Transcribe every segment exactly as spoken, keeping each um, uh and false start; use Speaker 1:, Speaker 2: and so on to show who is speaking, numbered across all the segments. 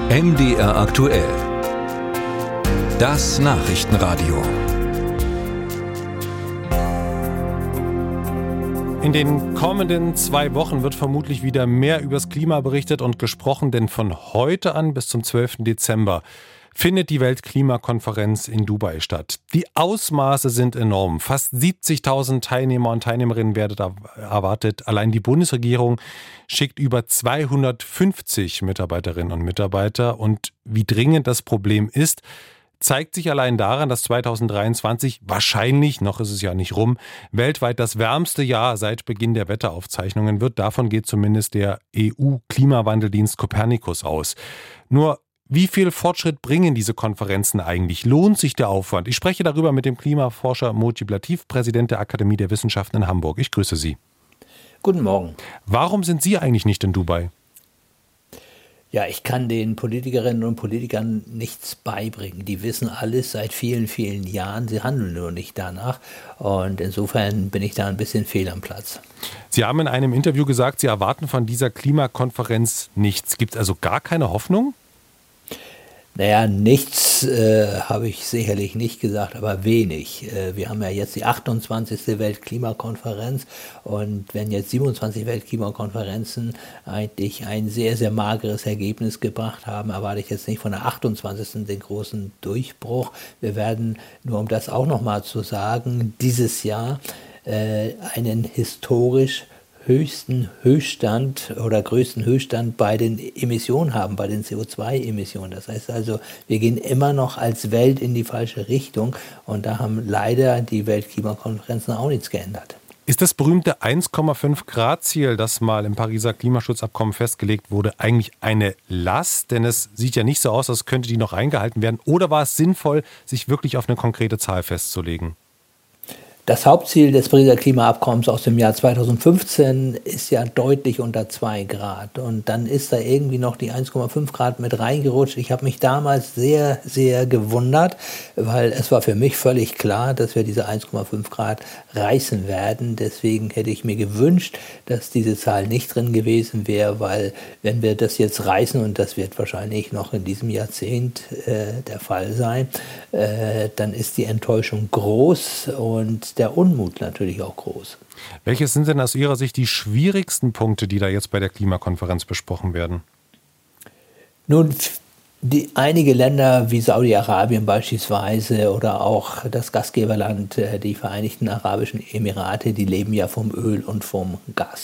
Speaker 1: M D R aktuell. Das Nachrichtenradio.
Speaker 2: In den kommenden zwei Wochen wird vermutlich wieder mehr übers Klima berichtet und gesprochen, denn von heute an bis zum zwölften Dezember findet die Weltklimakonferenz in Dubai statt. Die Ausmaße sind enorm. Fast siebzigtausend Teilnehmer und Teilnehmerinnen werden da erwartet. Allein die Bundesregierung schickt über zweihundertfünfzig Mitarbeiterinnen und Mitarbeiter. Und wie dringend das Problem ist, zeigt sich allein daran, dass zweitausenddreiundzwanzig wahrscheinlich, noch ist es ja nicht rum, weltweit das wärmste Jahr seit Beginn der Wetteraufzeichnungen wird. Davon geht zumindest der E U-Klimawandeldienst Copernicus aus. Nur wie viel Fortschritt bringen diese Konferenzen eigentlich? Lohnt sich der Aufwand? Ich spreche darüber mit dem Klimaforscher Mojib Latif, Präsident der Akademie der Wissenschaften in Hamburg. Ich grüße Sie.
Speaker 3: Guten Morgen.
Speaker 2: Warum sind Sie eigentlich nicht in Dubai?
Speaker 3: Ja, ich kann den Politikerinnen und Politikern nichts beibringen. Die wissen alles seit vielen, vielen Jahren. Sie handeln nur nicht danach. Und insofern bin ich da ein bisschen fehl am Platz.
Speaker 2: Sie haben in einem Interview gesagt, Sie erwarten von dieser Klimakonferenz nichts. Gibt es also gar keine Hoffnung?
Speaker 3: Naja, nichts äh, habe ich sicherlich nicht gesagt, aber wenig. Äh, wir haben ja jetzt die achtundzwanzigste Weltklimakonferenz und wenn jetzt siebenundzwanzig Weltklimakonferenzen eigentlich ein sehr, sehr mageres Ergebnis gebracht haben, erwarte ich jetzt nicht von der achtundzwanzigsten den großen Durchbruch. Wir werden, nur um das auch nochmal zu sagen, dieses Jahr äh, einen historisch höchsten Höchststand oder größten Höchststand bei den Emissionen haben, bei den C O zwei Emissionen. Das heißt also, wir gehen immer noch als Welt in die falsche Richtung und da haben leider die Weltklimakonferenzen auch nichts geändert.
Speaker 2: Ist das berühmte eins Komma fünf Grad Ziel, das mal im Pariser Klimaschutzabkommen festgelegt wurde, eigentlich eine Last? Denn es sieht ja nicht so aus, als könnte die noch eingehalten werden. Oder war es sinnvoll, sich wirklich auf eine konkrete Zahl festzulegen?
Speaker 3: Das Hauptziel des Pariser Klimaabkommens aus dem Jahr zweitausendfünfzehn ist ja deutlich unter zwei Grad. Und dann ist da irgendwie noch die eins Komma fünf Grad mit reingerutscht. Ich habe mich damals sehr, sehr gewundert, weil es war für mich völlig klar, dass wir diese eins Komma fünf Grad reißen werden. Deswegen hätte ich mir gewünscht, dass diese Zahl nicht drin gewesen wäre, weil wenn wir das jetzt reißen, und das wird wahrscheinlich noch in diesem Jahrzehnt äh, der Fall sein, äh, dann ist die Enttäuschung groß und der Unmut natürlich auch groß.
Speaker 2: Welche sind denn aus Ihrer Sicht die schwierigsten Punkte, die da jetzt bei der Klimakonferenz besprochen werden?
Speaker 3: Nun, die, einige Länder wie Saudi-Arabien beispielsweise oder auch das Gastgeberland, die Vereinigten Arabischen Emirate, die leben ja vom Öl und vom Gas.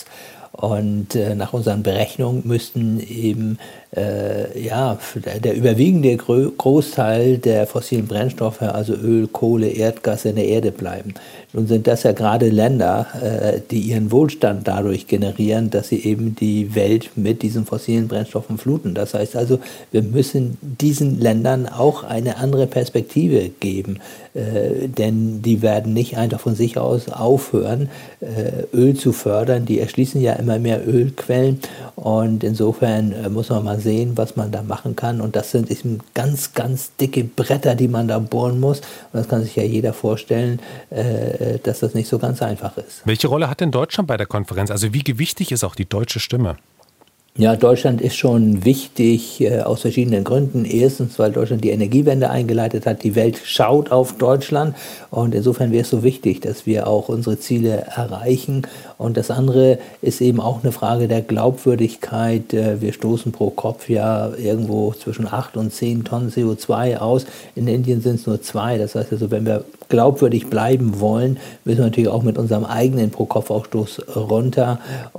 Speaker 3: Und äh, nach unseren Berechnungen müssten eben äh, ja, der überwiegende Großteil der fossilen Brennstoffe, also Öl, Kohle, Erdgas, in der Erde bleiben. Nun sind das ja gerade Länder, äh, die ihren Wohlstand dadurch generieren, dass sie eben die Welt mit diesen fossilen Brennstoffen fluten. Das heißt also, wir müssen diesen Ländern auch eine andere Perspektive geben. Äh, denn die werden nicht einfach von sich aus aufhören, äh, Öl zu fördern. Die erschließen ja immer mehr Ölquellen und insofern äh, muss man mal sehen, was man da machen kann. Und das sind eben ganz, ganz dicke Bretter, die man da bohren muss. Und das kann sich ja jeder vorstellen, äh, dass das nicht so ganz einfach ist.
Speaker 2: Welche Rolle hat denn Deutschland bei der Konferenz? Also wie gewichtig ist auch die deutsche Stimme?
Speaker 3: Ja, Deutschland ist schon wichtig äh, aus verschiedenen Gründen. Erstens, weil Deutschland die Energiewende eingeleitet hat. Die Welt schaut auf Deutschland und insofern wäre es so wichtig, dass wir auch unsere Ziele erreichen. Und das andere ist eben auch eine Frage der Glaubwürdigkeit. Äh, wir stoßen pro Kopf ja irgendwo zwischen acht und zehn Tonnen C O zwei aus. In Indien sind es nur zwei. Das heißt also, wenn wir glaubwürdig bleiben wollen, müssen wir natürlich auch mit unserem eigenen Pro-Kopf-Ausstoß runter.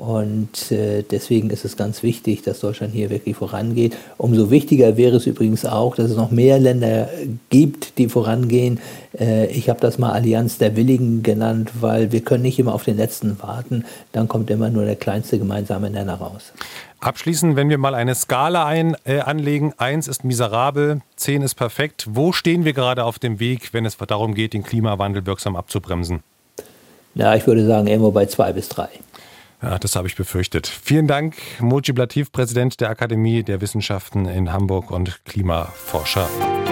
Speaker 3: Und äh, deswegen ist es ganz wichtig, dass Deutschland hier wirklich vorangeht. Umso wichtiger wäre es übrigens auch, dass es noch mehr Länder gibt, die vorangehen. Äh, ich habe das mal Allianz der Willigen genannt, weil wir können nicht immer auf den Letzten warten. Dann kommt immer nur der kleinste gemeinsame Nenner raus.
Speaker 2: Abschließend, wenn wir mal eine Skala ein, äh, anlegen, eins ist miserabel, zehn ist perfekt. Wo stehen wir gerade auf dem Weg, wenn es darum geht, den Klimawandel wirksam abzubremsen?
Speaker 3: Ja, ich würde sagen, irgendwo bei zwei bis drei.
Speaker 2: Ja, das habe ich befürchtet. Vielen Dank, Mojib Latif, Präsident der Akademie der Wissenschaften in Hamburg und Klimaforscher.